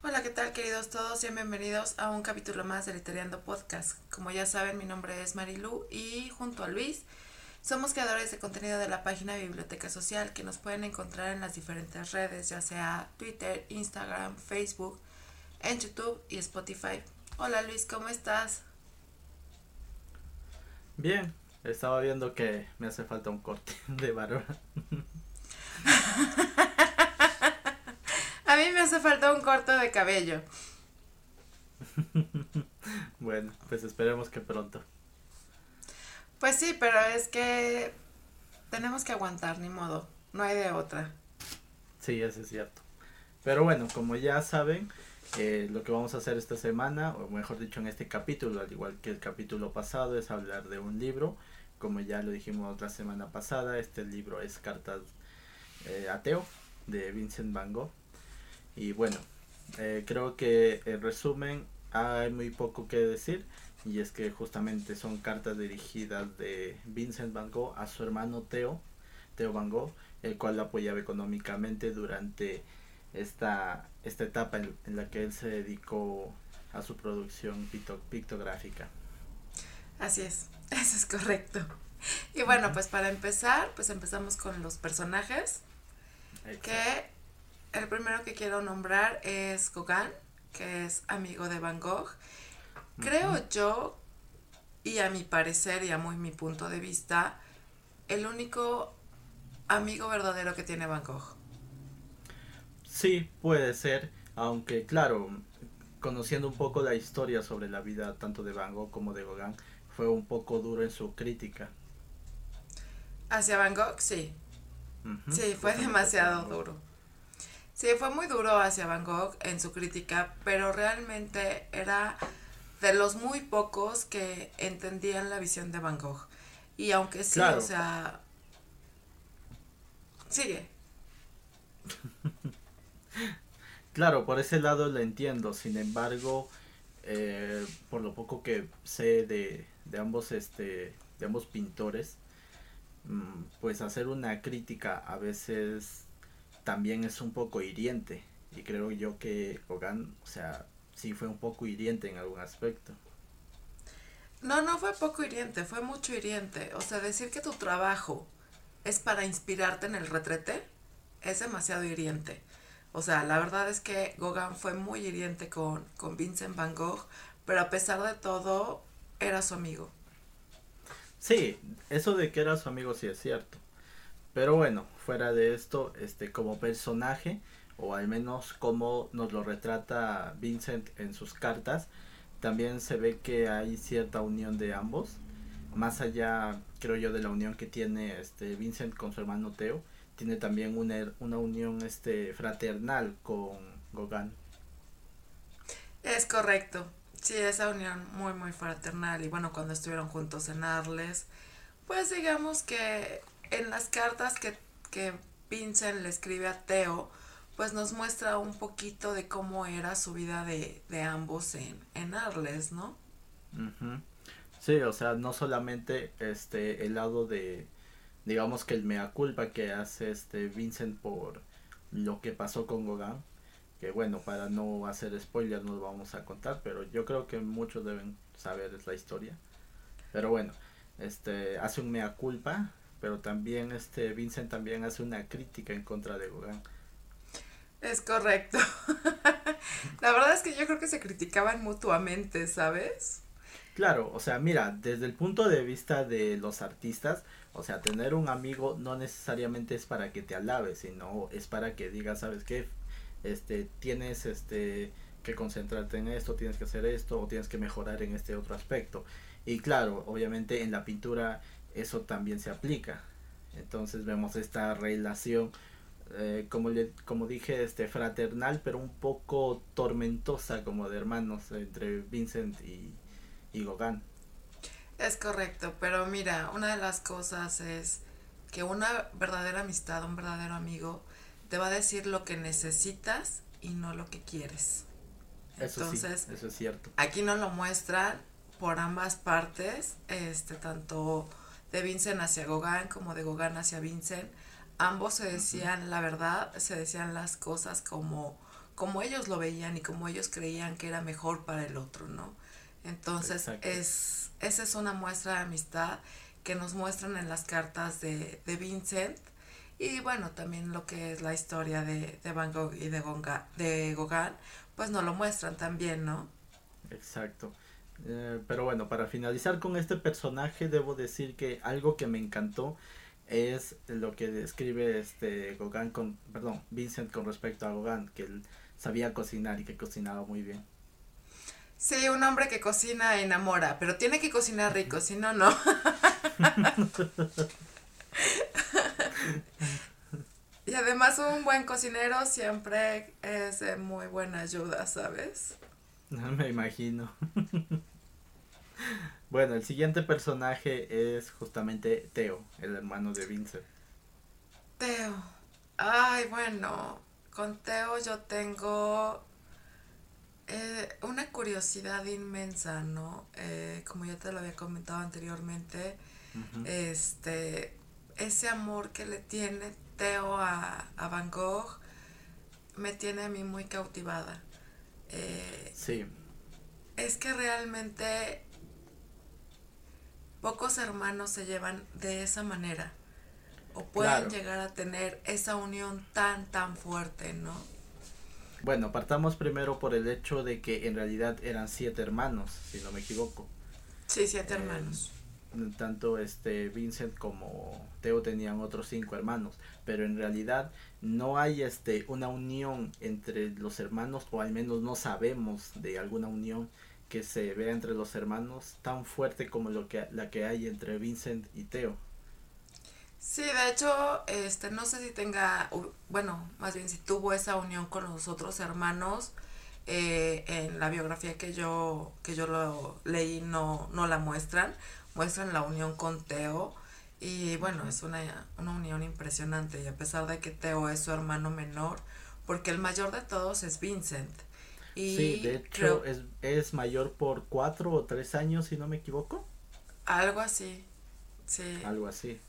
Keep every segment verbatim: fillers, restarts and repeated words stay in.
Hola, ¿qué tal, queridos todos? Sean bienvenidos a un capítulo más de Literando Podcast. Como ya saben, mi nombre es Marilu y junto a Luis somos creadores de contenido de la página Biblioteca Social, que nos pueden encontrar en las diferentes redes, ya sea Twitter, Instagram, Facebook, en YouTube y Spotify. Hola Luis, ¿cómo estás? Bien, estaba viendo que me hace falta un corte de barba. A mí me hace falta un corte de cabello. Bueno, pues esperemos que pronto. Pues sí, pero es que tenemos que aguantar, ni modo, no hay de otra. Sí, eso es cierto. Pero bueno, como ya saben, eh, lo que vamos a hacer esta semana, o mejor dicho en este capítulo, al igual que el capítulo pasado, es hablar de un libro. Como ya lo dijimos la semana pasada, este libro es Cartas eh, a Theo, de Vincent Van Gogh. Y bueno, eh, creo que en resumen hay muy poco que decir, y es que justamente son cartas dirigidas de Vincent Van Gogh a su hermano Theo, Theo Van Gogh, el cual lo apoyaba económicamente durante esta, esta etapa en, en la que él se dedicó a su producción picto, pictográfica. Así es, eso es correcto. Y bueno, Uh-huh. pues para empezar, pues empezamos con los personajes, Exacto. que el primero que quiero nombrar es Gauguin, que es amigo de Van Gogh. Uh-huh. Creo yo, y a mi parecer y a muy mi punto de vista, el único amigo verdadero que tiene Van Gogh. Sí, puede ser, aunque claro, conociendo un poco la historia sobre la vida tanto de Van Gogh como de Gauguin, fue un poco duro en su crítica. Hacia Van Gogh, sí. Ujú, Sí, fue justamente hacia demasiado Van Gogh. duro. Sí, fue muy duro hacia Van Gogh en su crítica, pero realmente era de los muy pocos que entendían la visión de Van Gogh. Y aunque sí, o Claro, sea, sigue. claro, por ese lado lo entiendo. Sin embargo, eh, por lo poco que sé de, de ambos, este, de ambos pintores, mm, pues hacer una crítica a veces también es un poco hiriente. Y creo yo que Gauguin, o sea, sí fue un poco hiriente en algún aspecto. No, no fue poco hiriente, fue mucho hiriente. O sea, decir que tu trabajo es para inspirarte en el retrete es demasiado hiriente. O sea, la verdad es que Gauguin fue muy hiriente con, con Vincent Van Gogh, pero a pesar de todo, era su amigo. Sí, eso de que era su amigo sí es cierto. Pero bueno, fuera de esto, este como personaje, o al menos como nos lo retrata Vincent en sus cartas, también se ve que hay cierta unión de ambos. Más allá, creo yo, de la unión que tiene este Vincent con su hermano Theo, tiene también una, una unión este fraternal con Gauguin. Es correcto. Sí, esa unión muy, muy fraternal. Y bueno, cuando estuvieron juntos en Arles, pues digamos que en las cartas que, que Vincent le escribe a Theo, pues nos muestra un poquito de cómo era su vida de, de ambos en, en Arles, ¿no? Ujú. Sí, o sea, no solamente este el lado de, digamos que el mea culpa que hace este Vincent por lo que pasó con Gauguin, que bueno, para no hacer spoilers no lo vamos a contar, pero yo creo que muchos deben saber la historia. Pero bueno, este hace un mea culpa, pero también este Vincent también hace una crítica en contra de Gauguin. Es correcto. La verdad es que yo creo que se criticaban mutuamente, ¿sabes? Claro, o sea, mira, desde el punto de vista de los artistas, o sea, tener un amigo no necesariamente es para que te alabe, sino es para que digas, ¿sabes qué? Este, tienes este que concentrarte en esto, tienes que hacer esto o tienes que mejorar en este otro aspecto. Y claro, obviamente en la pintura eso también se aplica. Entonces vemos esta relación, eh, como le, como dije, este fraternal, pero un poco tormentosa como de hermanos entre Vincent y, y Gauguin. Es correcto, pero mira, una de las cosas es que una verdadera amistad, un verdadero amigo, te va a decir lo que necesitas y no lo que quieres. Eso sí, Entonces, eso es cierto. aquí nos lo muestran por ambas partes, este, tanto de Vincent hacia Gauguin como de Gauguin hacia Vincent. Ambos se Ujú. decían la verdad, se decían las cosas como, como ellos lo veían y como ellos creían que era mejor para el otro, ¿no? Entonces, es, esa es una muestra de amistad que nos muestran en las cartas de, de Vincent. Y bueno, también lo que es la historia de, de Van Gogh y de, Gonga, de Gauguin, pues nos lo muestran también, ¿no? Exacto. Eh, pero bueno, para finalizar con este personaje, debo decir que algo que me encantó es lo que describe este Gauguin con, perdón, Vincent con respecto a Gauguin, que él sabía cocinar y que cocinaba muy bien. Sí, un hombre que cocina enamora, pero tiene que cocinar rico, si no, no. Y además un buen cocinero siempre es de muy buena ayuda, ¿sabes? No me imagino. Bueno, el siguiente personaje es justamente Theo, el hermano de Vincent. Teo. Ay, bueno, con Teo yo tengo eh, una curiosidad inmensa, ¿no? Eh, como ya te lo había comentado anteriormente, Uh-huh. este, ese amor que le tiene Teo a, a Van Gogh me tiene a mí muy cautivada. Eh, Sí, es que realmente pocos hermanos se llevan de esa manera o pueden claro. llegar a tener esa unión tan, tan fuerte, ¿no? Bueno, partamos primero por el hecho de que en realidad eran siete hermanos, si no me equivoco. Sí, siete Eh, hermanos. Tanto este Vincent como Theo tenían otros cinco hermanos, pero en realidad no hay este una unión entre los hermanos, o al menos no sabemos de alguna unión que se vea entre los hermanos tan fuerte como lo que la que hay entre Vincent y Theo. Sí, de hecho, este, no sé si tenga, bueno, más bien si tuvo esa unión con los otros hermanos. Eh, en la biografía que yo, que yo lo leí no, no la muestran, muestran la unión con Teo. Y bueno, Uh-huh. es una, una unión impresionante. Y a pesar de que Teo es su hermano menor, porque el mayor de todos es Vincent. Sí, de Y hecho creo es, es mayor por cuatro o tres años, si no me equivoco. algo así, sí. Algo así.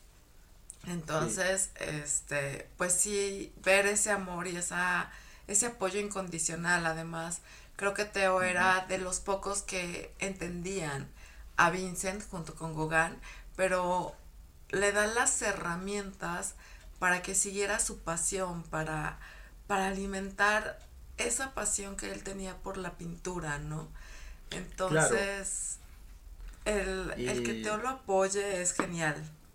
Sí. Entonces, este, pues sí, ver ese amor y esa, ese apoyo incondicional, además, creo que Teo Uh-huh. era de los pocos que entendían a Vincent junto con Gauguin, pero le dan las herramientas para que siguiera su pasión, para, para alimentar esa pasión que él tenía por la pintura, ¿no? Claro. Entonces, el, el que Y Teo lo apoye es genial.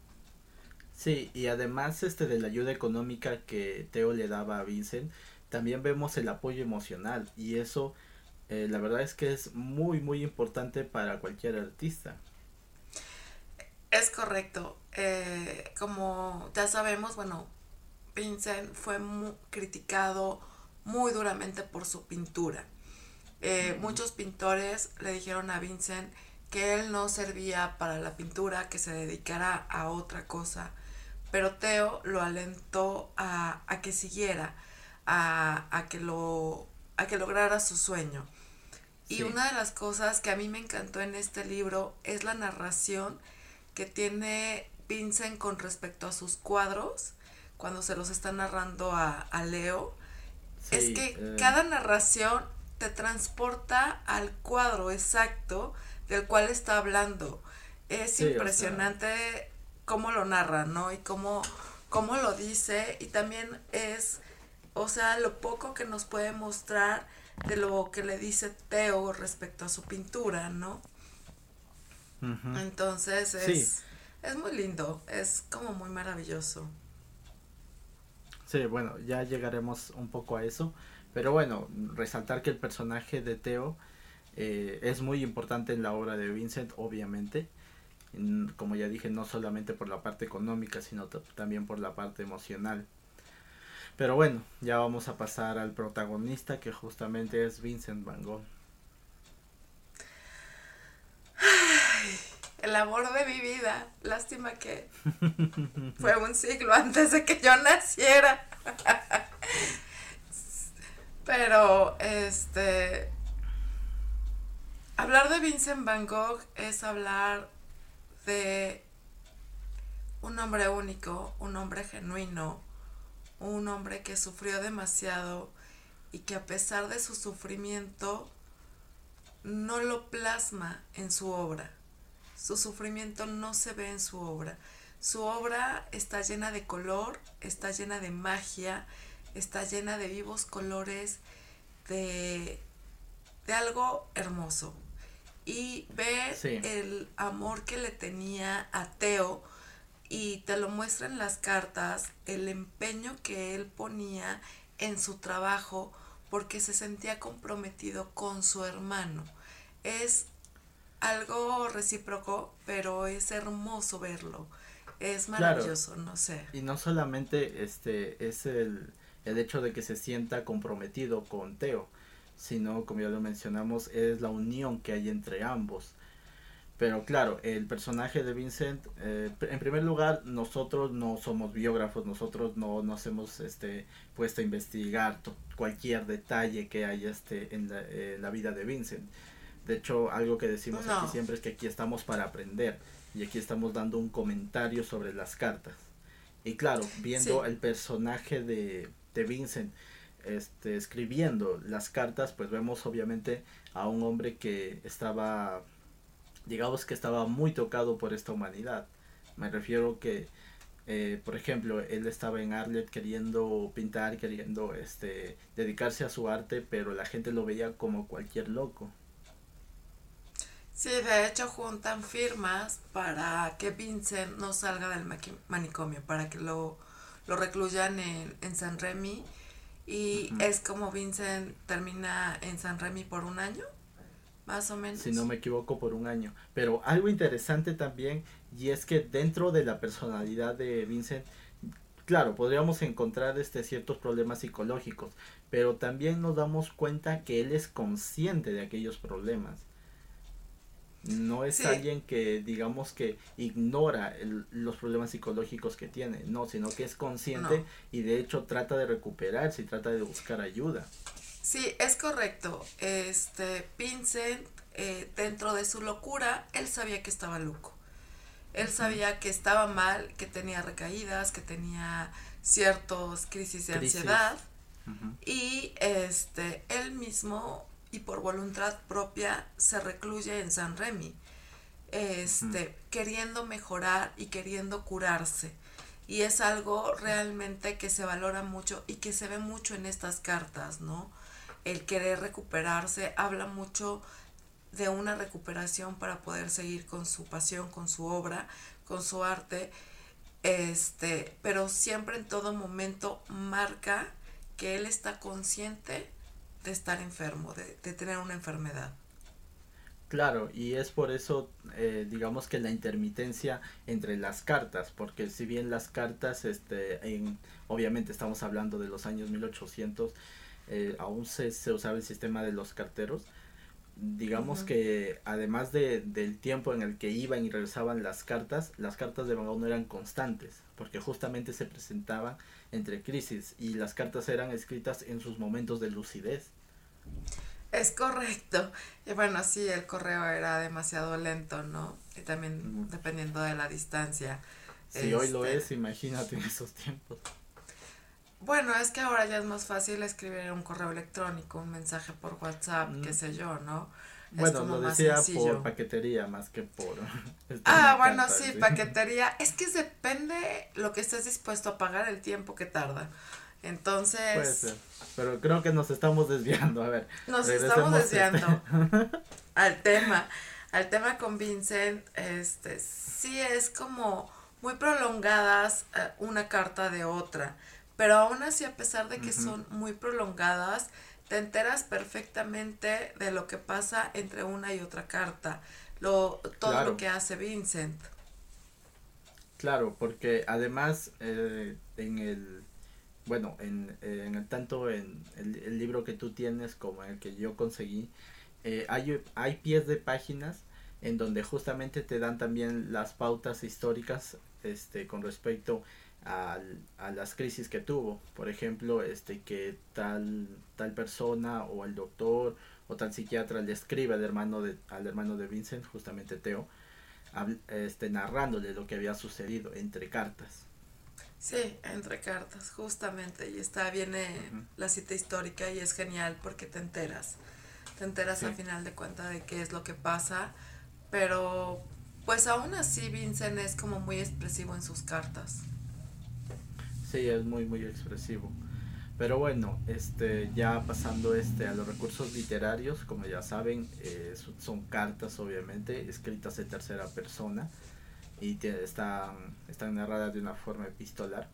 sí, y además este de la ayuda económica que Theo le daba a Vincent, también vemos el apoyo emocional y eso eh, la verdad es que es muy muy importante para cualquier artista. Es correcto. Eh, como ya sabemos, bueno, Vincent fue muy criticado muy duramente por su pintura. Eh, Ujú. muchos pintores le dijeron a Vincent que él no servía para la pintura, que se dedicara a otra cosa. Pero Theo lo alentó a, a que siguiera, a, a, que lo, a que lograra su sueño. Y Sí, una de las cosas que a mí me encantó en este libro es la narración que tiene Vincent con respecto a sus cuadros, cuando se los está narrando a, a Leo. Es sí, que eh, cada narración te transporta al cuadro exacto del cual está hablando. Es sí, o sea, impresionante cómo lo narra, ¿no? Y cómo, cómo lo dice. Y también es, o sea, lo poco que nos puede mostrar de lo que le dice Teo respecto a su pintura, ¿no? ujú. Entonces Sí, es, es muy lindo, es como muy maravilloso. sí, bueno, ya llegaremos un poco a eso, pero bueno, resaltar que el personaje de Theo eh, es muy importante en la obra de Vincent, obviamente. Mm, como ya dije, no solamente por la parte económica, sino t- también por la parte emocional. Pero bueno, ya vamos a pasar al protagonista, que justamente es Vincent Van Gogh. El amor de mi vida, lástima que fue un siglo antes de que yo naciera. Pero, este, hablar de Vincent Van Gogh es hablar de un hombre único, un hombre genuino, un hombre que sufrió demasiado y que a pesar de su sufrimiento no lo plasma en su obra. Su sufrimiento no se ve en su obra. Su obra está llena de color, está llena de magia, está llena de vivos colores, de, de algo hermoso. Y ve Sí. el amor que le tenía a Teo y te lo muestra en las cartas, el empeño que él ponía en su trabajo porque se sentía comprometido con su hermano. Es algo recíproco, pero es hermoso verlo. Es Claro, maravilloso, no sé. y no solamente este es el, el hecho de que se sienta comprometido con Teo, sino como ya lo mencionamos, es la unión que hay entre ambos. Pero claro, el personaje de Vincent, eh, en primer lugar, nosotros no somos biógrafos, nosotros no nos hemos este, puesto a investigar to- cualquier detalle que haya este, en, la, eh, la vida de Vincent. De hecho, algo que decimos aquí No, siempre es que aquí estamos para aprender y aquí estamos dando un comentario sobre las cartas. Y claro, viendo sí, el personaje de, de Vincent este, escribiendo las cartas, pues vemos obviamente a un hombre que estaba, digamos que estaba muy tocado por esta humanidad. Me refiero que, eh, por ejemplo, él estaba en Arlet queriendo pintar, queriendo este, dedicarse a su arte, pero la gente lo veía como cualquier loco. sí, de hecho juntan firmas para que Vincent no salga del manicomio, para que lo, lo recluyan en, en San Remy. Y Ujú. es como Vincent termina en San Remy por un año, más o Si no menos. me equivoco, por un año. Pero algo interesante también, y es que dentro de la personalidad de Vincent, claro, podríamos encontrar este, ciertos problemas psicológicos, pero también nos damos cuenta que él es consciente de aquellos problemas. No es Sí, alguien que digamos que ignora el- los problemas psicológicos que tiene, no, sino que es no. consciente y de hecho trata de recuperarse y trata de buscar ayuda. Sí, es correcto. Este, Vincent, eh, dentro de su locura, él sabía que estaba loco. Él Ujú. sabía que estaba mal, que tenía recaídas, que tenía ciertos crisis de Crisis. ansiedad Ujú, y este él mismo y por voluntad propia se recluye en San Remy, ujú. este queriendo mejorar y queriendo curarse. Y es algo realmente que se valora mucho y que se ve mucho en estas cartas, ¿no? El querer recuperarse habla mucho de una recuperación para poder seguir con su pasión, con su obra, con su arte, este, pero siempre en todo momento marca que él está consciente de estar enfermo, de, de tener una enfermedad. Claro, y es por eso, eh, digamos que la intermitencia entre las cartas, porque si bien las cartas, este, en, obviamente estamos hablando de los años mil ochocientos, eh, aún se, se usaba el sistema de los carteros, digamos Ujú. que además de, del tiempo en el que iban y regresaban las cartas, las cartas de Van no eran constantes, porque justamente se presentaban entre crisis y las cartas eran escritas en sus momentos de lucidez. Es correcto. Y bueno, sí, el correo era demasiado lento, ¿no? Y también Mm, dependiendo de la distancia. Si hoy lo Este, es, imagínate en esos tiempos. bueno, es que ahora ya es más fácil escribir un correo electrónico, un mensaje por WhatsApp, qué Mm, sé yo, ¿no? Es Bueno, como lo más decía por sencillo. paquetería más que por este, Ah, una bueno, carta en sí, sí. paquetería. Es que depende lo que estés dispuesto a pagar, el tiempo que tarda. Puede Entonces, ser. Pero creo que nos estamos desviando. A ver, nos estamos regresemos este. desviando al tema. Al tema con Vincent, este, sí es como muy prolongadas eh, una carta de otra. Pero aún así, a pesar de que Ujú. son muy prolongadas, te enteras perfectamente de lo que pasa entre una y otra carta. Lo, todo lo Claro, que hace Vincent. claro, porque además eh, en el, bueno, en, eh, en el, tanto en el, el libro que tú tienes como en el que yo conseguí, eh, hay, hay pies de páginas en donde justamente te dan también las pautas históricas este, con respecto a, a las crisis que tuvo. Por ejemplo, este, que tal, tal persona o el doctor o tal psiquiatra le escribe al hermano de, al hermano de Vincent, justamente Teo, hab- este, narrándole lo que había sucedido entre cartas. Sí, entre cartas, justamente. Y está, viene Ujú. la cita histórica y es genial porque te enteras. Te enteras al Sí, final de cuentas de qué es lo que pasa. Pero, pues aún así, Vincent es como muy expresivo en sus cartas. sí, es muy, muy expresivo. Pero bueno, este, ya pasando este a los recursos literarios, como ya saben, eh, son, son cartas obviamente, escritas en tercera persona y te- están, están narradas de una forma epistolar.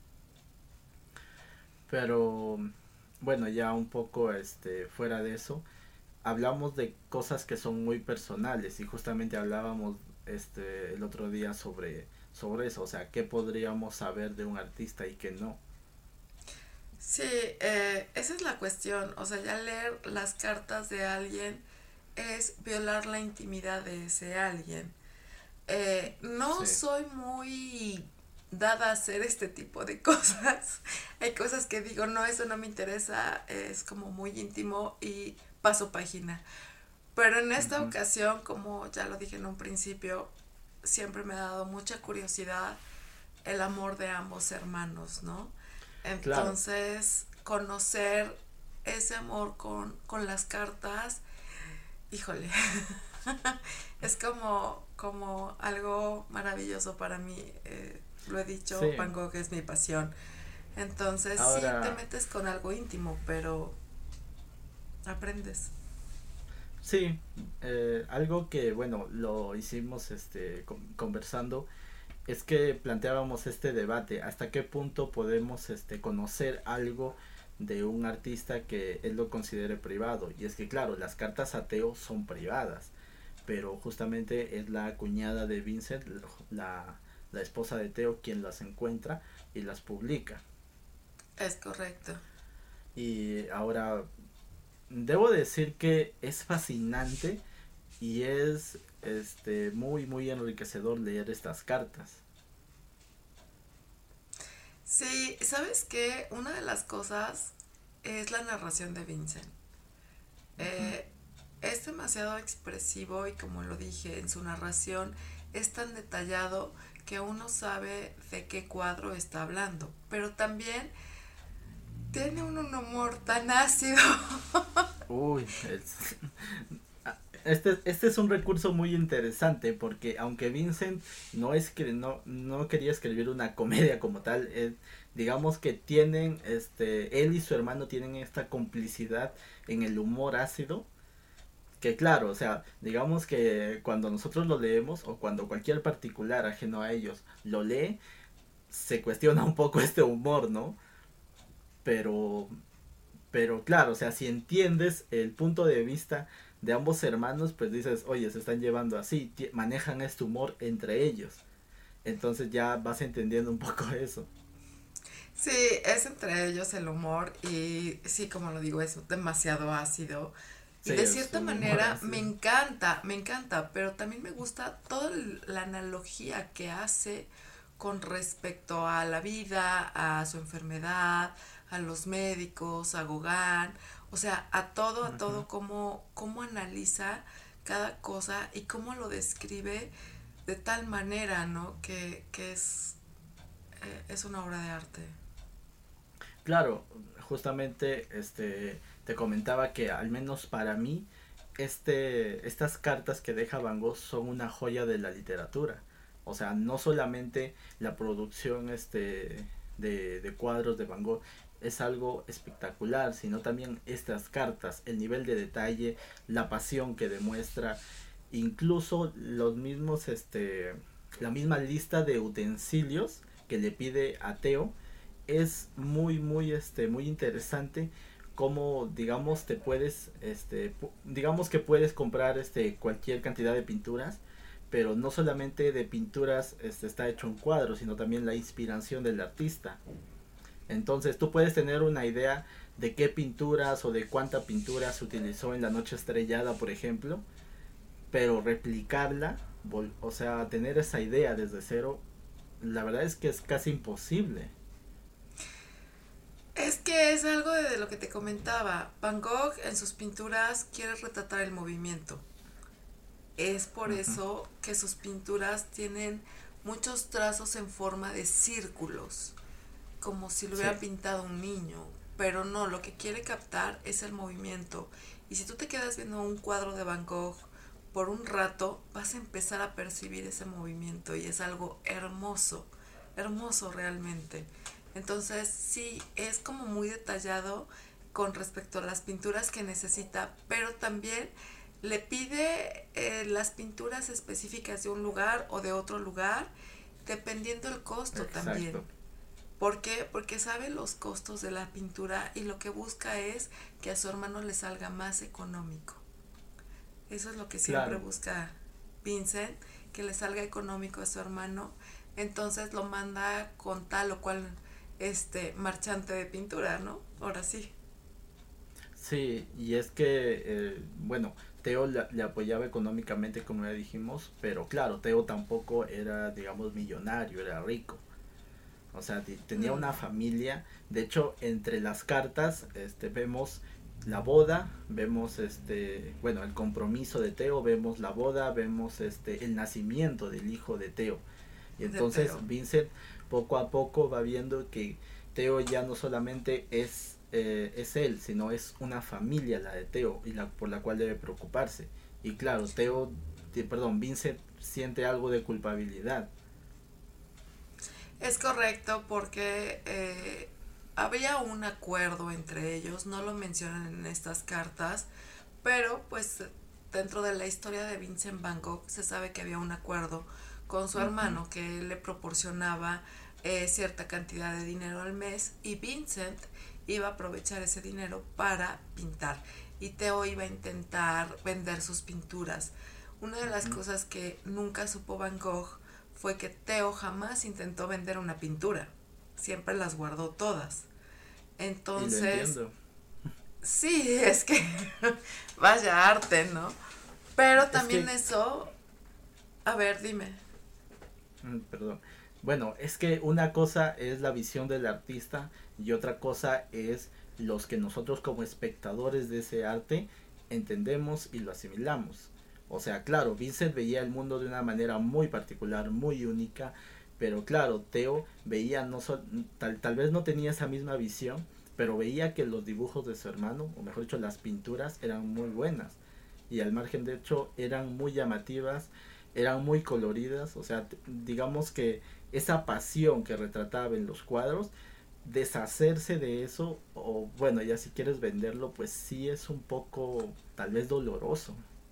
Pero bueno, ya un poco este, fuera de eso, hablamos de cosas que son muy personales y justamente hablábamos este, el otro día sobre, sobre eso, o sea, qué podríamos saber de un artista y qué no. Sí, eh, esa es la cuestión. O sea, ya leer las cartas de alguien es violar la intimidad de ese alguien. Eh, no Sí, soy muy dada a hacer este tipo de cosas. Hay cosas que digo, no, eso no me interesa, es como muy íntimo y paso página. Pero en esta ujú, ocasión, como ya lo dije en un principio, siempre me ha dado mucha curiosidad el amor de ambos hermanos, ¿no? claro, Entonces, conocer ese amor con, con las cartas, híjole, es como, como algo maravilloso para mí. Eh, lo he dicho, sí. Van Gogh es mi pasión. Entonces, sí te Ahora, metes con algo íntimo, pero aprendes. sí, eh, algo que, bueno, lo hicimos este, con- conversando, es que planteábamos este debate, hasta qué punto podemos este, conocer algo de un artista que él lo considere privado. Y es que, claro, las cartas a Teo son privadas, pero justamente es la cuñada de Vincent, la, la esposa de Teo, quien las encuentra y las publica. Es correcto. Y ahora, debo decir que es fascinante y es este muy muy enriquecedor leer estas cartas. Sí, ¿sabes qué? Una de las cosas es la narración de Vincent. Ujú. Eh, es demasiado expresivo y como lo dije en su narración, es tan detallado que uno sabe de qué cuadro está hablando, pero también tiene un, un humor tan ácido. Uy, es- este, este es un recurso muy interesante porque aunque Vincent no es que no, no quería escribir una comedia como tal, eh, digamos que tienen, este, él y su hermano tienen esta complicidad en el humor ácido. Que claro, o sea, digamos que cuando nosotros lo leemos o cuando cualquier particular ajeno a ellos lo lee, se cuestiona un poco este humor, ¿no? Pero, pero claro, o sea, si entiendes el punto de vista de ambos hermanos, pues dices, oye, se están llevando así, manejan este humor entre ellos. Entonces ya vas entendiendo un poco eso. Sí, es entre ellos el humor y sí, como lo digo, es demasiado ácido. Y Sí, de es cierta un humor manera así. me encanta, me encanta, pero también me gusta toda la analogía que hace con respecto a la vida, a su enfermedad, a los médicos, a Gauguin, o sea, a todo, a Ujú. todo, cómo, cómo analiza cada cosa y cómo lo describe de tal manera, ¿no? Que, que es, eh, es una obra de arte. Claro, justamente este te comentaba que al menos para mí este estas cartas que deja Van Gogh son una joya de la literatura. O sea, no solamente la producción este de, de cuadros de Van Gogh es algo espectacular, sino también estas cartas, el nivel de detalle, la pasión que demuestra, incluso los mismos este la misma lista de utensilios que le pide a Teo es muy muy este muy interesante cómo digamos te puedes este digamos que puedes comprar este cualquier cantidad de pinturas, pero no solamente de pinturas este está hecho un cuadro, sino también la inspiración del artista. Entonces tú puedes tener una idea de qué pinturas o de cuánta pintura se utilizó en la noche estrellada, por ejemplo, pero replicarla, o sea, tener esa idea desde cero, la verdad es que es casi imposible. Es que es algo de lo que te comentaba. Van Gogh en sus pinturas quiere retratar el movimiento. Es por Ujú. eso que sus pinturas tienen muchos trazos en forma de círculos. como si lo hubiera Sí. pintado un niño, pero no, lo que quiere captar es el movimiento. Y si tú te quedas viendo un cuadro de Van Gogh por un rato, vas a empezar a percibir ese movimiento y es algo hermoso, hermoso realmente. Entonces sí, es como muy detallado con respecto a las pinturas que necesita, pero también le pide eh, las pinturas específicas de un lugar o de otro lugar, dependiendo el costo también. Exacto. ¿Por qué? Porque sabe los costos de la pintura y lo que busca es que a su hermano le salga más económico. Eso es lo que siempre Claro. busca Vincent, que le salga económico a su hermano. Entonces lo manda con tal o cual este marchante de pintura, ¿no? Ahora sí. Sí, y es que, eh, bueno, Teo le, le apoyaba económicamente, como ya dijimos, pero claro, Teo tampoco era, digamos, millonario, era rico. O sea, ti- tenía Mm, una familia. De hecho, entre las cartas, este, vemos la boda, vemos este, bueno, el compromiso de Teo, vemos la boda, vemos este, el nacimiento del hijo de Teo. Y de entonces Teo. Vincent poco a poco va viendo que Teo ya no solamente es, eh, es él, sino es una familia la de Teo y la por la cual debe preocuparse. Y claro, Teo, ti- perdón, Vincent siente algo de culpabilidad. Es correcto porque eh, había un acuerdo entre ellos, no lo mencionan en estas cartas, pero pues dentro de la historia de Vincent Van Gogh se sabe que había un acuerdo con su Ujú. hermano que le proporcionaba eh, cierta cantidad de dinero al mes y Vincent iba a aprovechar ese dinero para pintar y Theo iba a intentar vender sus pinturas. Una de las Ujú. cosas que nunca supo Van Gogh fue que Theo jamás intentó vender una pintura, siempre las guardó todas. Y lo Entonces, entiendo. sí, es que vaya arte, ¿no? Pero Es también que, eso, a ver, dime. mm, perdón. Bueno, es que una cosa es la visión del artista y otra cosa es los que nosotros como espectadores de ese arte entendemos y lo asimilamos. O sea, claro, Vincent veía el mundo de una manera muy particular, muy única, pero claro, Theo veía no sol- tal, tal vez no tenía esa misma visión, pero veía que los dibujos de su hermano, o mejor dicho, las pinturas eran muy buenas y al margen de hecho eran muy llamativas, eran muy coloridas, o sea, t- digamos que esa pasión que retrataba en los cuadros, deshacerse de eso, o bueno, ya si quieres venderlo, pues sí es un poco tal vez doloroso.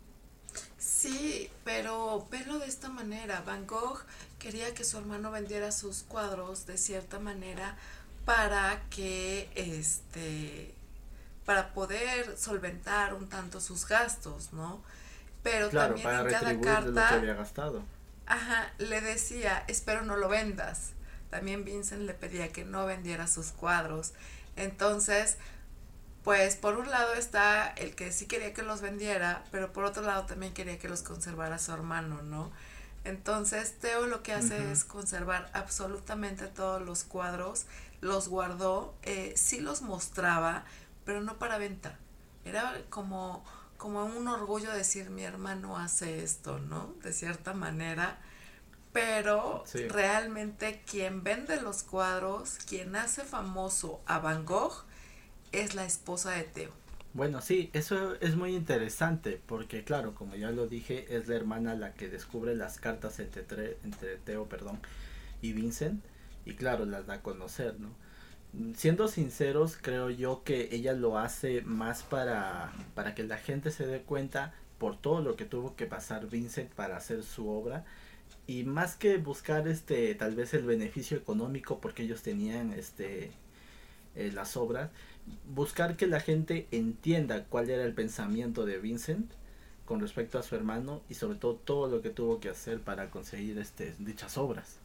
Sí, pero velo de esta manera. Van Gogh quería que su hermano vendiera sus cuadros de cierta manera para que este para poder solventar un tanto sus gastos, ¿no? Pero Claro, también para en cada retribuirle lo que carta, había gastado. ajá, le decía, espero no lo vendas. También Vincent le pedía que no vendiera sus cuadros. Entonces, pues por un lado está el que sí quería que los vendiera, pero por otro lado también quería que los conservara su hermano, ¿no? Entonces Teo lo que hace Ujú. es conservar absolutamente todos los cuadros, los guardó, eh, sí los mostraba, pero no para venta. Era como, como un orgullo decir mi hermano hace esto, ¿no? De cierta manera. Pero Sí. realmente quien vende los cuadros, quien hace famoso a Van Gogh, es la esposa de Teo. Bueno, sí, eso es muy interesante porque claro, como ya lo dije, es la hermana la que descubre las cartas entre, tre- entre Teo, perdón, y Vincent y claro, las da a conocer, ¿no? Siendo sinceros, creo yo que ella lo hace más para, para que la gente se dé cuenta por todo lo que tuvo que pasar Vincent para hacer su obra y más que buscar este tal vez el beneficio económico porque ellos tenían este eh, las obras, buscar que la gente entienda cuál era el pensamiento de Vincent con respecto a su hermano y sobre todo todo lo que tuvo que hacer para conseguir este dichas obras.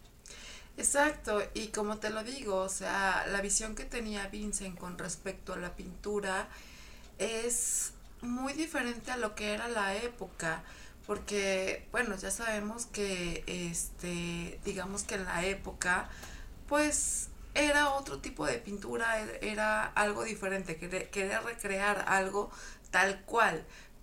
Exacto, y como te lo digo, o sea, la visión que tenía Vincent con respecto a la pintura es muy diferente a lo que era la época, porque, bueno, ya sabemos que, este, digamos que en la época, pues era otro tipo de pintura, era algo diferente, querer, querer recrear algo tal cual,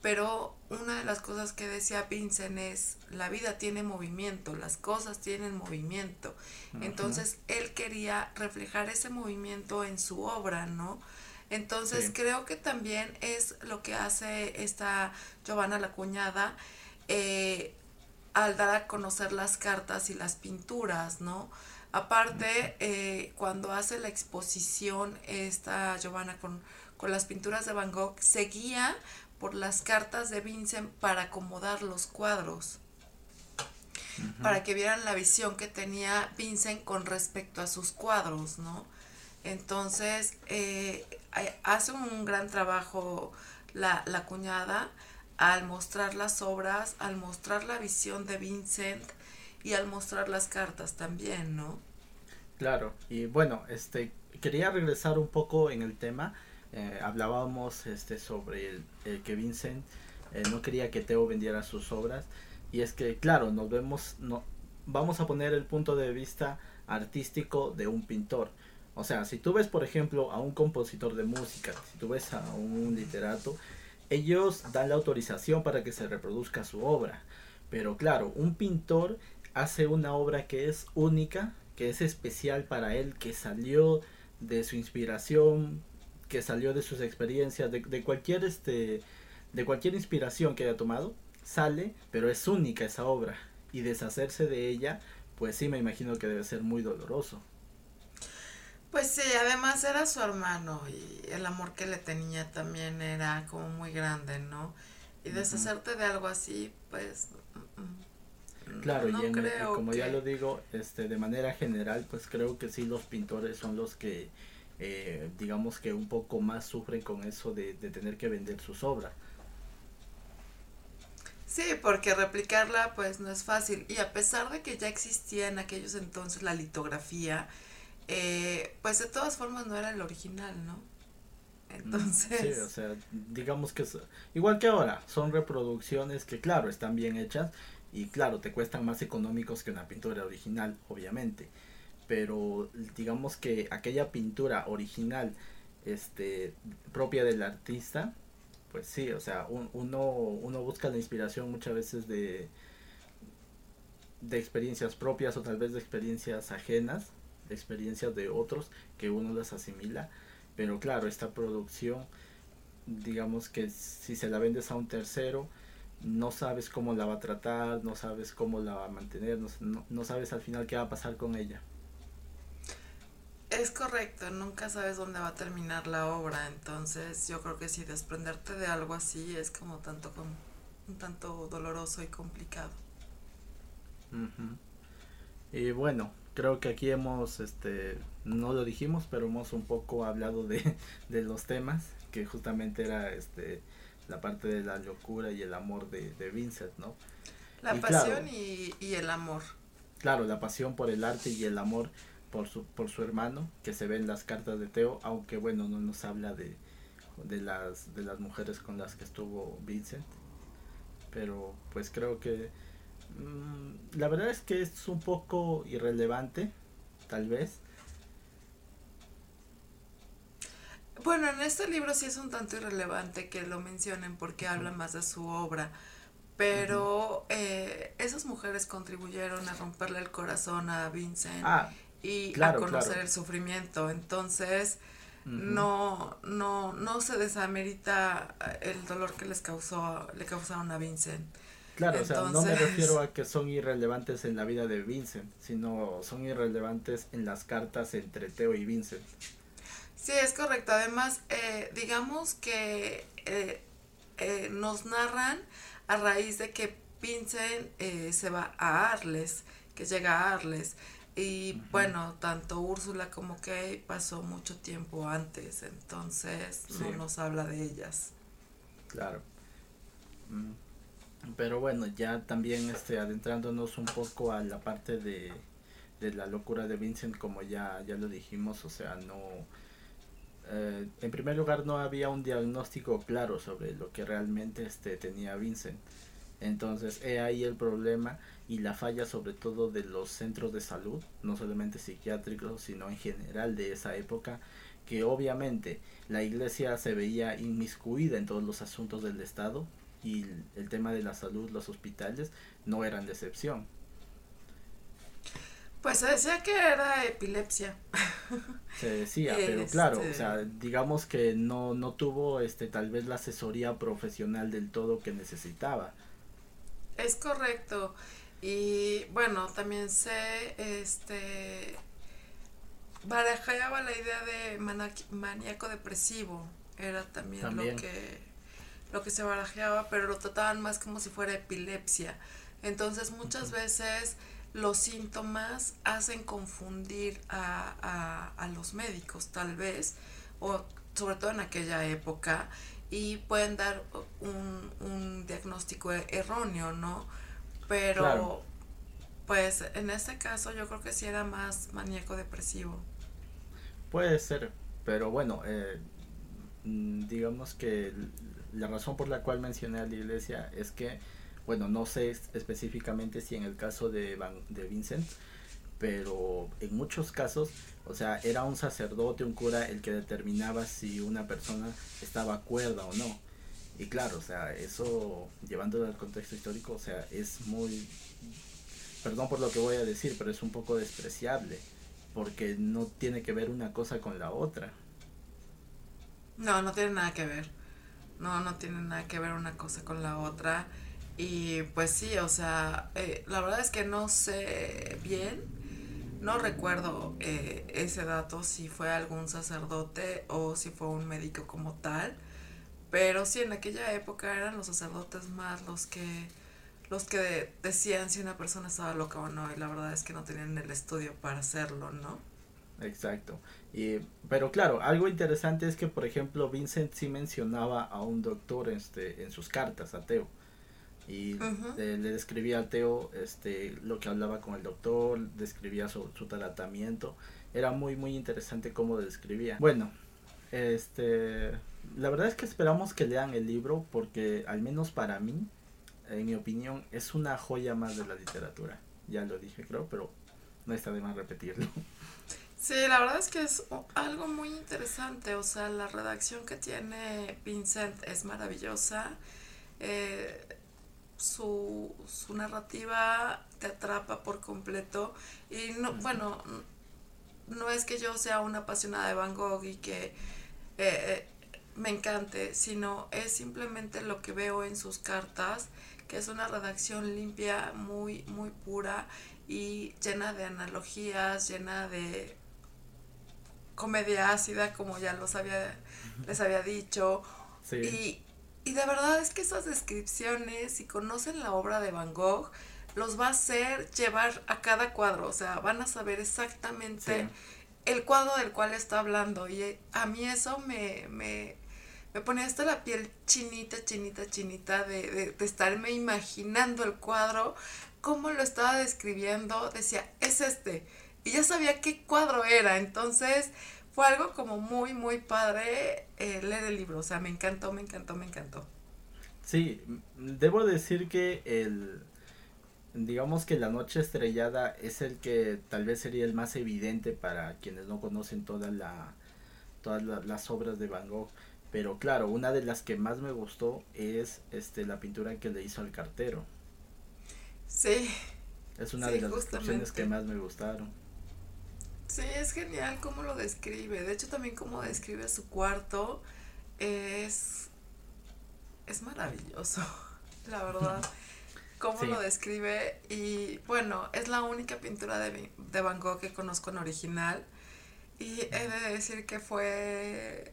pero una de las cosas que decía Vincent es, la vida tiene movimiento, las cosas tienen movimiento. Uh-huh. Entonces él quería reflejar ese movimiento en su obra, ¿no? Entonces sí. creo que también es lo que hace esta Giovanna la Cuñada, eh, al dar a conocer las cartas y las pinturas, ¿no? Aparte, eh, cuando hace la exposición esta Giovanna con, con las pinturas de Van Gogh, seguía por las cartas de Vincent para acomodar los cuadros, uh-huh. para que vieran la visión que tenía Vincent con respecto a sus cuadros, ¿no? Entonces, eh, hace un gran trabajo la, la Cuñada al mostrar las obras, al mostrar la visión de Vincent y al mostrar las cartas también, ¿no? Claro, y bueno, este quería regresar un poco en el tema. Eh, hablábamos este sobre el, el que Vincent eh, no quería que Theo vendiera sus obras, y es que claro, nos vemos, no, vamos a poner el punto de vista artístico de un pintor. O sea, si tú ves por ejemplo a un compositor de música, si tú ves a un literato, ellos dan la autorización para que se reproduzca su obra, pero claro, un pintor hace una obra que es única, que es especial para él, que salió de su inspiración, que salió de sus experiencias, de, de cualquier este, de cualquier inspiración que haya tomado, sale, pero es única esa obra, y deshacerse de ella, pues sí me imagino que debe ser muy doloroso. Pues sí, además era su hermano y el amor que le tenía también era como muy grande, ¿no? Y deshacerte uh-huh. de algo así, pues... Claro, no y, en, y como que... ya lo digo, este, de manera general, pues creo que sí los pintores son los que, eh, digamos que un poco más sufren con eso de, de tener que vender sus obras. Sí, porque replicarla pues no es fácil, y a pesar de que ya existía en aquellos entonces la litografía, eh, pues de todas formas no era el original, ¿no? Entonces... Sí, o sea, digamos que es, igual que ahora, son reproducciones que claro, están bien hechas, y claro, te cuestan más económicos que una pintura original, obviamente, pero digamos que aquella pintura original, este, propia del artista, pues sí, o sea, un, uno, uno busca la inspiración muchas veces de, de experiencias propias o tal vez de experiencias ajenas, de experiencias de otros que uno las asimila, pero claro, esta producción, digamos que si se la vendes a un tercero, no sabes cómo la va a tratar, no sabes cómo la va a mantener, no, no, no sabes al final qué va a pasar con ella. Es correcto, nunca sabes dónde va a terminar la obra, entonces yo creo que si desprenderte de algo así es como tanto como un tanto doloroso y complicado. Uh-huh. Y bueno, creo que aquí hemos, este, no lo dijimos, pero hemos un poco hablado de, de los temas, que justamente era este la parte de la locura y el amor de, de Vincent, ¿no? La y pasión claro, y, y el amor. Claro, la pasión por el arte y el amor por su, por su hermano, que se ve en las cartas de Theo, aunque bueno, no nos habla de, de, las, de las mujeres con las que estuvo Vincent, pero pues creo que mmm, la verdad es que es un poco irrelevante, tal vez. Bueno, en este libro sí es un tanto irrelevante que lo mencionen porque habla más de su obra, pero uh-huh. eh, esas mujeres contribuyeron a romperle el corazón a Vincent ah, y claro, a conocer claro. el sufrimiento, entonces uh-huh. no, no, no se desamerita el dolor que les causó, le causaron a Vincent. Claro, entonces... o sea, no me refiero a que son irrelevantes en la vida de Vincent, sino son irrelevantes en las cartas entre Theo y Vincent. Sí, es correcto. Además, eh, digamos que eh, eh, nos narran a raíz de que Vincent eh, se va a Arles, que llega a Arles. Y uh-huh. bueno, tanto Úrsula como Kay pasó mucho tiempo antes, entonces sí. no nos habla de ellas. Claro. Mm. Pero bueno, ya también este adentrándonos un poco a la parte de, de la locura de Vincent, como ya, ya lo dijimos, o sea, no... Eh, en primer lugar no había un diagnóstico claro sobre lo que realmente este tenía Vincent, entonces he ahí el problema y la falla sobre todo de los centros de salud, no solamente psiquiátricos sino en general de esa época, que obviamente la iglesia se veía inmiscuida en todos los asuntos del estado, y el tema de la salud, los hospitales, no eran de excepción. Pues se decía que era epilepsia. Se decía, este... pero claro, o sea, digamos que no, no tuvo este tal vez la asesoría profesional del todo que necesitaba. Es correcto. Y bueno, también se este barajaba la idea de maníaco depresivo. Era también, también lo que lo que se barajeaba, pero lo trataban más como si fuera epilepsia. Entonces muchas uh-huh. veces los síntomas hacen confundir a, a, a los médicos, tal vez, o sobre todo en aquella época, y pueden dar un, un diagnóstico erróneo, ¿no? Pero, claro. Pues, en este caso yo creo que sí era más maníaco depresivo. Puede ser, pero bueno, eh, digamos que la razón por la cual mencioné a la iglesia es que, bueno, no sé específicamente si en el caso de, Van, de Vincent, pero en muchos casos, o sea, era un sacerdote, un cura el que determinaba si una persona estaba cuerda o no. Y claro, o sea, eso, llevándolo al contexto histórico, o sea, es muy, perdón por lo que voy a decir, pero es un poco despreciable, porque no tiene que ver una cosa con la otra. No, no tiene nada que ver. No, no tiene nada que ver una cosa con la otra. Y pues sí, o sea, eh, la verdad es que no sé bien, no recuerdo eh, ese dato, si fue algún sacerdote o si fue un médico como tal, pero sí, en aquella época eran los sacerdotes más los que los que de, decían si una persona estaba loca o no, y la verdad es que no tenían el estudio para hacerlo, ¿no? Exacto. Y, pero claro, algo interesante es que, por ejemplo, Vincent sí mencionaba a un doctor este, en sus cartas, ateo. Y uh-huh. eh, le describía al Teo este, lo que hablaba con el doctor, describía su, su tratamiento. Era muy muy interesante cómo lo describía. Bueno, este la verdad es que esperamos que lean el libro, porque al menos para mí, en mi opinión, es una joya más de la literatura. Ya lo dije, creo, pero no está de más repetirlo. Sí, la verdad es que es algo muy interesante. O sea, la redacción que tiene Vincent es maravillosa. eh Su, su narrativa te atrapa por completo, y no, bueno, no es que yo sea una apasionada de Van Gogh y que eh, me encante, sino es simplemente lo que veo en sus cartas, que es una redacción limpia, muy, muy pura y llena de analogías, llena de comedia ácida, como ya los había, les había dicho. Sí. Y Y de verdad es que esas descripciones, si conocen la obra de Van Gogh, los va a hacer llevar a cada cuadro. O sea, van a saber exactamente sí. el cuadro del cual está hablando. Y a mí eso me, me, me ponía hasta la piel chinita, chinita, chinita de, de, de estarme imaginando el cuadro, cómo lo estaba describiendo. Decía, es este. Y ya sabía qué cuadro era. Entonces fue algo como muy, muy padre eh, leer el libro. O sea, me encantó, me encantó, me encantó. Sí, debo decir que el, digamos que La Noche Estrellada es el que tal vez sería el más evidente para quienes no conocen toda la, todas la, las obras de Van Gogh. Pero claro, una de las que más me gustó es este la pintura que le hizo al cartero. Sí. Es una sí, de las descripciones que más me gustaron. Sí, es genial cómo lo describe. De hecho, también cómo describe su cuarto es, es maravilloso, la verdad. Cómo sí. lo describe. Y bueno, es la única pintura de, de Van Gogh que conozco en original. Y he de decir que fue...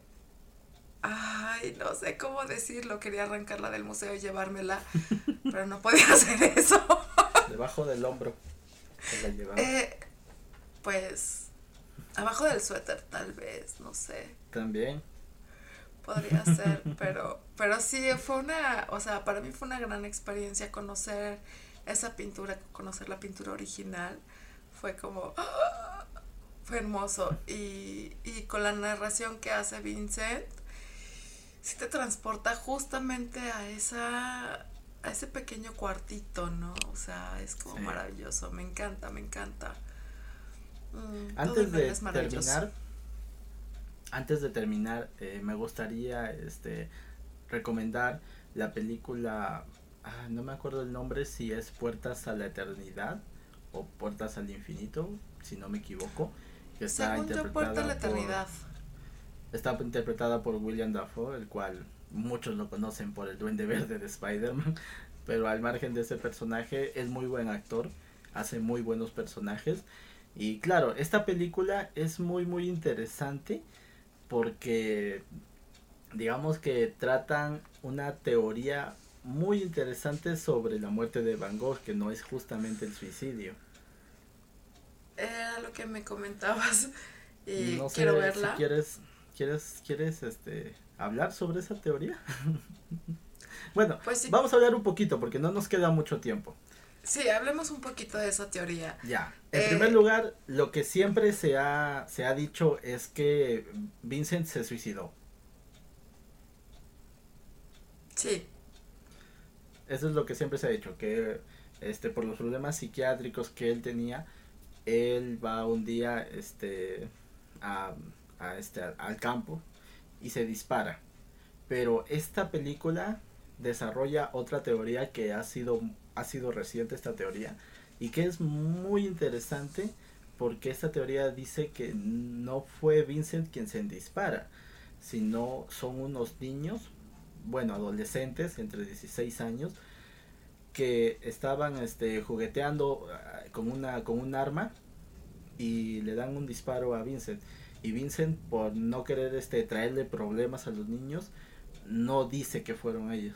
Ay, no sé cómo decirlo. Quería arrancarla del museo y llevármela, pero no podía hacer eso. Debajo del hombro se la llevaba. Eh, pues... abajo del suéter, tal vez, no sé. También. Podría ser, pero pero sí, fue una, o sea, para mí fue una gran experiencia conocer esa pintura, conocer la pintura original. Fue como, ¡oh! Fue hermoso. Y, y con la narración que hace Vincent, sí te transporta justamente a esa, a ese pequeño cuartito, ¿no? O sea, es como sí. maravilloso, me encanta, me encanta. Mm, antes de terminar, antes de terminar, eh, me gustaría este recomendar la película, ah, no me acuerdo el nombre, si es Puertas a la Eternidad o Puertas al Infinito, si no me equivoco, que está Según yo, Puerta a la Eternidad. Por, está interpretada por William Dafoe, el cual muchos lo conocen por el Duende Verde de Spider-Man, pero al margen de ese personaje es muy buen actor, hace muy buenos personajes. Y claro, esta película es muy muy interesante porque digamos que tratan una teoría muy interesante sobre la muerte de Van Gogh, que no es justamente el suicidio. Era lo que me comentabas y No sé quiero verla. si quieres, quieres, quieres este, hablar sobre esa teoría. Bueno, pues sí. Vamos a hablar un poquito porque no nos queda mucho tiempo. Sí, hablemos un poquito de esa teoría. Ya, en eh, primer lugar, lo que siempre se ha, se ha dicho es que Vincent se suicidó. Sí. Eso es lo que siempre se ha dicho, que este por los problemas psiquiátricos que él tenía, él va un día este a, a este al campo y se dispara. Pero esta película desarrolla otra teoría que ha sido ha sido reciente esta teoría y que es muy interesante porque esta teoría dice que no fue Vincent quien se dispara, sino son unos niños, bueno, adolescentes entre dieciséis años que estaban este jugueteando uh, con una con un arma y le dan un disparo a Vincent, y Vincent, por no querer este traerle problemas a los niños, no dice que fueron ellos.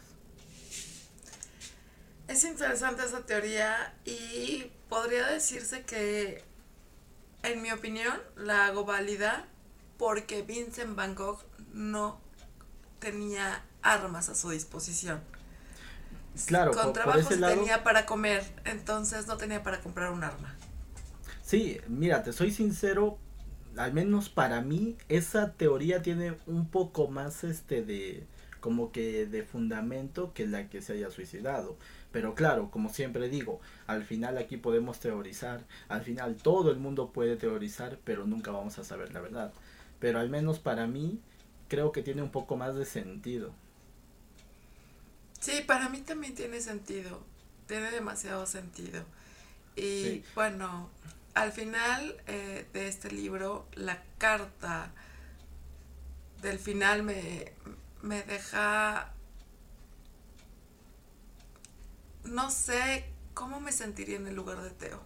Es interesante esa teoría y podría decirse que, en mi opinión, la hago válida porque Vincent Van Gogh no tenía armas a su disposición. Claro, con por, trabajos por ese lado, tenía para comer, entonces no tenía para comprar un arma. Sí, mira, te soy sincero, al menos para mí esa teoría tiene un poco más este de como que de fundamento que la que se haya suicidado. Pero claro, como siempre digo, al final aquí podemos teorizar, al final todo el mundo puede teorizar, pero nunca vamos a saber la verdad. Pero al menos para mí creo que tiene un poco más de sentido. Sí, para mí también tiene sentido, tiene demasiado sentido. Y sí. Bueno, al final eh, de este libro, la carta del final me, me deja... No sé cómo me sentiría en el lugar de Theo.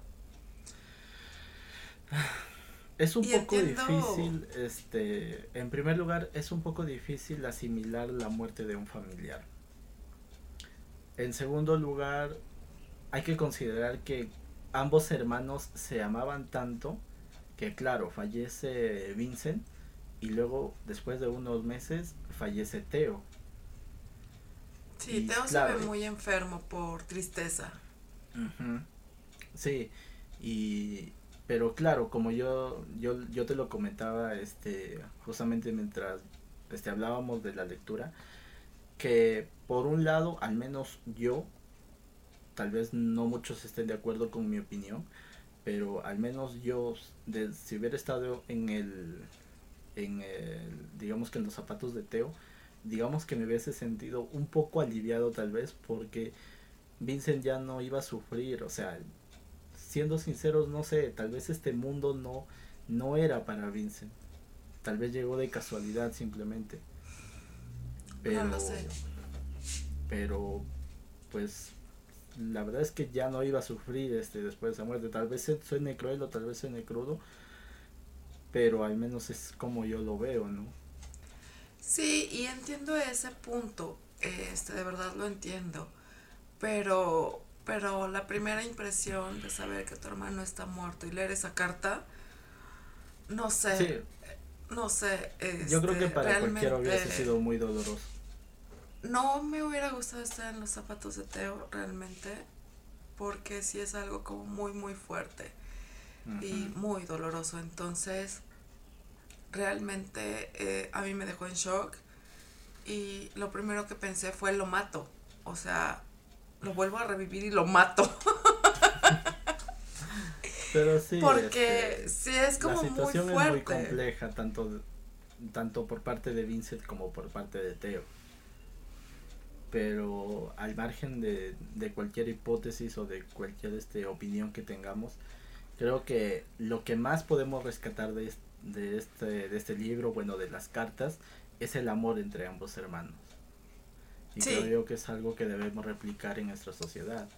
Es un y poco entiendo... difícil, este, en primer lugar, es un poco difícil asimilar la muerte de un familiar. En segundo lugar, hay que considerar que ambos hermanos se amaban tanto que, claro, fallece Vincent y luego, después de unos meses, fallece Theo. Sí, y, Theo claro, se ve muy enfermo por tristeza. Uh-huh. Sí, y pero claro, como yo yo yo te lo comentaba este justamente mientras este hablábamos de la lectura, que por un lado, al menos yo, tal vez no muchos estén de acuerdo con mi opinión, pero al menos yo, de, si hubiera estado en el, en el, digamos que en los zapatos de Theo, digamos que me hubiese sentido un poco aliviado tal vez, porque Vincent ya no iba a sufrir, o sea, siendo sinceros, no sé, tal vez este mundo no, no era para Vincent, tal vez llegó de casualidad simplemente. Pero, no lo sé. Pero, pues, la verdad es que ya no iba a sufrir este después de esa muerte. Tal vez suene cruel o tal vez suene crudo, pero al menos es como yo lo veo, ¿no? Sí, y entiendo ese punto, este, de verdad lo entiendo, pero, pero la primera impresión de saber que tu hermano está muerto y leer esa carta, no sé, sí. No sé, este, yo creo que para cualquiera hubiese sido muy doloroso. No me hubiera gustado estar en los zapatos de Theo realmente, porque sí es algo como muy muy fuerte uh-huh. y muy doloroso. Entonces realmente eh, a mí me dejó en shock y lo primero que pensé fue lo mato, o sea, lo vuelvo a revivir y lo mato. Pero sí, porque este, sí es como la situación muy fuerte. Es muy compleja, tanto, tanto por parte de Vincent como por parte de Theo. pero al margen de, de cualquier hipótesis o de cualquier este opinión que tengamos, creo que lo que más podemos rescatar de, est- de este de este libro, bueno, de las cartas, es el amor entre ambos hermanos. Y creo Sí, yo que es algo que debemos replicar en nuestra sociedad.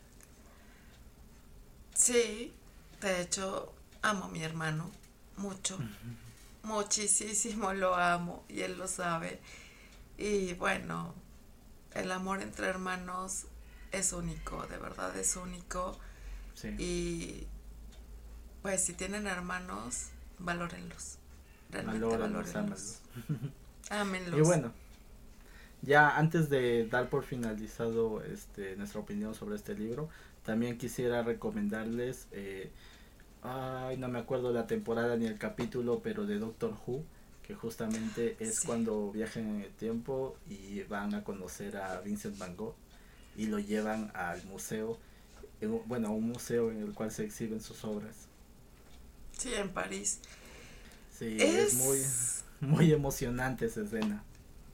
sí. De hecho, amo a mi hermano mucho, muchísimo lo amo y él lo sabe. Y bueno, el amor entre hermanos es único, de verdad es único. Sí, Y pues si tienen hermanos, valórenlos. Realmente valórenlos, valórenlos. ámenlos. Y Ámenlos. bueno, ya antes de dar por finalizado este nuestra opinión sobre este libro, también quisiera recomendarles, eh, ay, no me acuerdo la temporada ni el capítulo, pero de Doctor Who, que justamente es Sí. cuando viajan en el tiempo y van a conocer a Vincent Van Gogh y lo llevan al museo, en un- bueno, a un museo en el cual se exhiben sus obras. Sí, en París. Sí, es muy, Es... muy emocionante esa escena.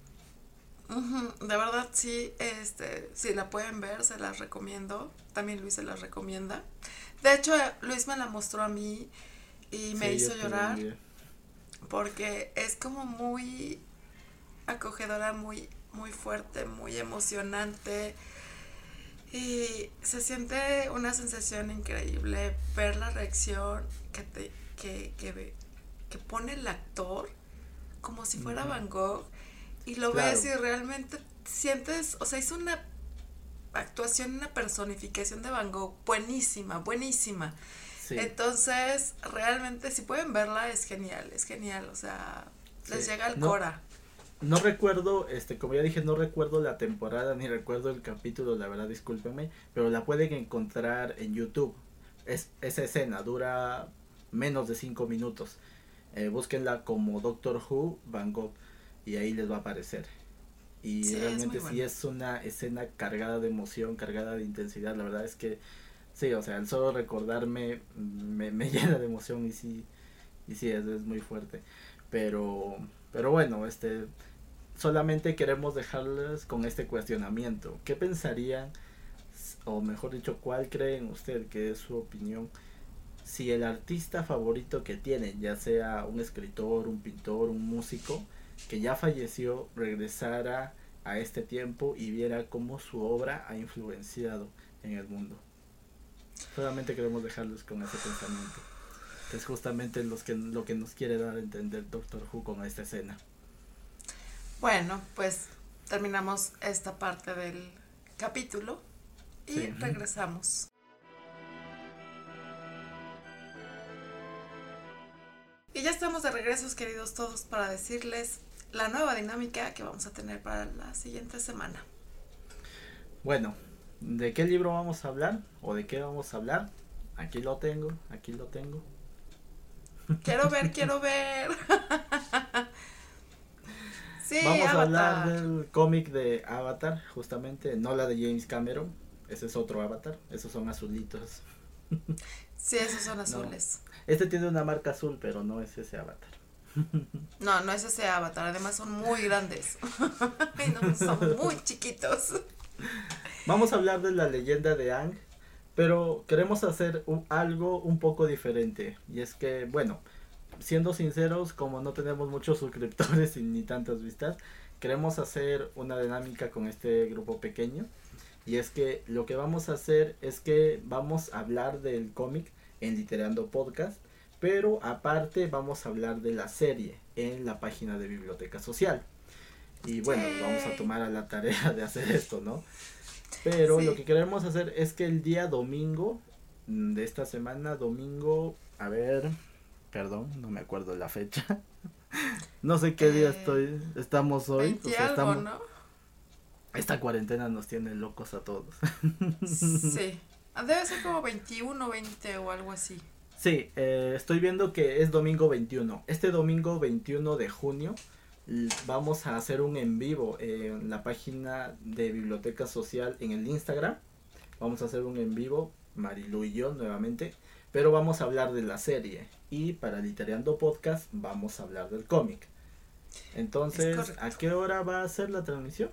Ujú, de verdad, sí, este, si la pueden ver, se las recomiendo. También Luis se las recomienda. De hecho, eh, Luis me la mostró a mí y me Sí, yo hizo te lo llorar envié. porque es como muy acogedora, muy, muy fuerte, muy emocionante. Y se siente una sensación increíble ver la reacción que, te, que, que, que pone el actor como si fuera Ujú. Van Gogh y lo ves Claro, y realmente sientes, o sea, hizo una actuación, una personificación de Van Gogh buenísima, buenísima. sí, Entonces, realmente si pueden verla es genial, es genial, o sea, les sí. llega al No, cora. no recuerdo, este, como ya dije, no recuerdo la temporada ni recuerdo el capítulo, la verdad, discúlpenme, pero la pueden encontrar en YouTube. Es, esa escena dura menos de cinco minutos. Eh, búsquenla como Doctor Who Van Gogh y ahí les va a aparecer. Y Sí, es muy realmente sí buena. es una escena cargada de emoción, cargada de intensidad. La verdad es que sí, o sea, el solo recordarme me, me llena de emoción y sí, y sí, es, es muy fuerte. Pero, pero bueno, este, solamente queremos dejarles con este cuestionamiento. ¿Qué pensarían, o mejor dicho, cuál creen usted que es su opinión, si el artista favorito que tienen, ya sea un escritor, un pintor, un músico, que ya falleció, regresara a este tiempo y viera cómo su obra ha influenciado en el mundo? Solamente queremos dejarlos con ese pensamiento, que es justamente los que, lo que nos quiere dar a entender Doctor Who con esta escena. Bueno, pues terminamos esta parte del capítulo y Sí. regresamos. Y ya estamos de regreso, queridos todos, para decirles la nueva dinámica que vamos a tener para la siguiente semana. Bueno, ¿de qué libro vamos a hablar? ¿O de qué vamos a hablar? Aquí lo tengo, aquí lo tengo. Quiero ver, quiero ver. Sí, Vamos a hablar Avatar. del cómic de Avatar, justamente, no la de James Cameron. Ese es otro Avatar, esos son azulitos. Sí, esos son No, azules. este tiene una marca azul, pero no es ese Avatar. No, no es ese Avatar. Además son muy grandes. Y no, son muy chiquitos. Vamos a hablar de la leyenda de Aang, pero queremos hacer un, algo un poco diferente. Y es que, bueno, siendo sinceros, como no tenemos muchos suscriptores y ni tantas vistas, queremos hacer una dinámica con este grupo pequeño. Y es que lo que vamos a hacer es que vamos a hablar del cómic en Literando Podcast, pero aparte vamos a hablar de la serie en la página de Biblioteca Social. Y bueno, nos vamos a Yay. tomar a la tarea de hacer esto, ¿no? Pero lo Sí. que queremos hacer es que el día domingo mm, de esta semana, domingo, a ver, perdón, no me acuerdo la fecha. No sé qué día Eh, estoy, estamos hoy, o veinte sea, algo, estamos, ¿no? esta cuarentena nos tiene locos a todos. Sí. Debe ser como veintiuno, veinte o algo así. Sí, eh, estoy viendo que es domingo veintiuno. Este domingo veintiuno de junio l- vamos a hacer un en vivo en la página de Biblioteca Social en el Instagram. Vamos a hacer un en vivo, Marilu y yo nuevamente, pero vamos a hablar de la serie. Y para Literando Podcast vamos a hablar del cómic. Es Entonces, ¿a correcto. qué hora va a ser la transmisión?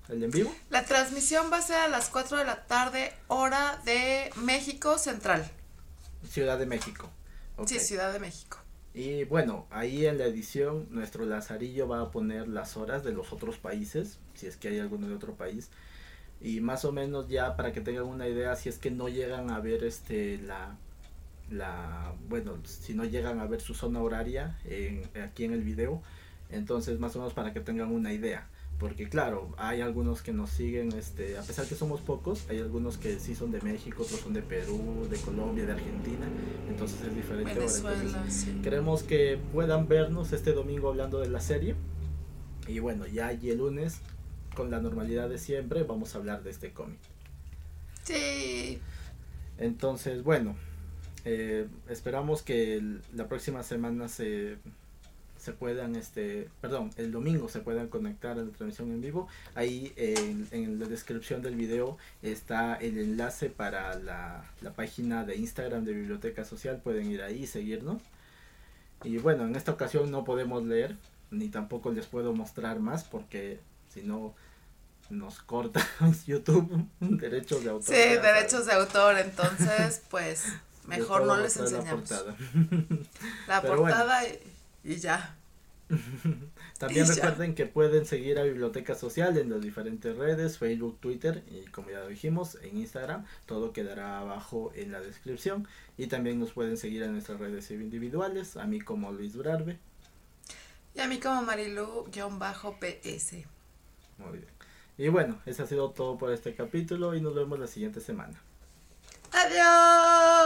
el en vivo? La transmisión va a ser a las cuatro de la tarde, hora de México Central. Ciudad de México. Okay. Sí, Ciudad de México. Y bueno, ahí en la edición nuestro Lazarillo va a poner las horas de los otros países, si es que hay alguno de otro país. Y más o menos ya para que tengan una idea, si es que no llegan a ver este la la bueno, si no llegan a ver su zona horaria en, aquí en el video, entonces más o menos para que tengan una idea. Porque claro, hay algunos que nos siguen, este, a pesar que somos pocos, hay algunos que sí son de México, otros son de Perú, de Colombia, de Argentina, entonces es diferente. Venezuela, ahora. Sí. Queremos que puedan vernos este domingo hablando de la serie. Y bueno, ya y el lunes, con la normalidad de siempre, vamos a hablar de este cómic. Sí. Entonces, bueno, eh, esperamos que el, la próxima semana se... se puedan, este, perdón, el domingo se puedan conectar a la transmisión en vivo. Ahí en, en la descripción del video está el enlace para la, la página de Instagram de Biblioteca Social, pueden ir ahí y seguirnos. Y bueno, en esta ocasión no podemos leer, ni tampoco les puedo mostrar más, porque si no nos corta YouTube derechos de autor. Sí, derechos de autor, entonces pues mejor no les enseñamos. La portada, la portada bueno. y... Y ya. También y recuerden ya. que pueden seguir a Biblioteca Social en las diferentes redes, Facebook, Twitter y como ya lo dijimos, en Instagram. Todo quedará abajo en la descripción. Y también nos pueden seguir en nuestras redes individuales, a mí como Luis Brarbe. Y a mí como Marilu-P S. Muy bien. Y bueno, eso ha sido todo por este capítulo y nos vemos la siguiente semana. ¡Adiós!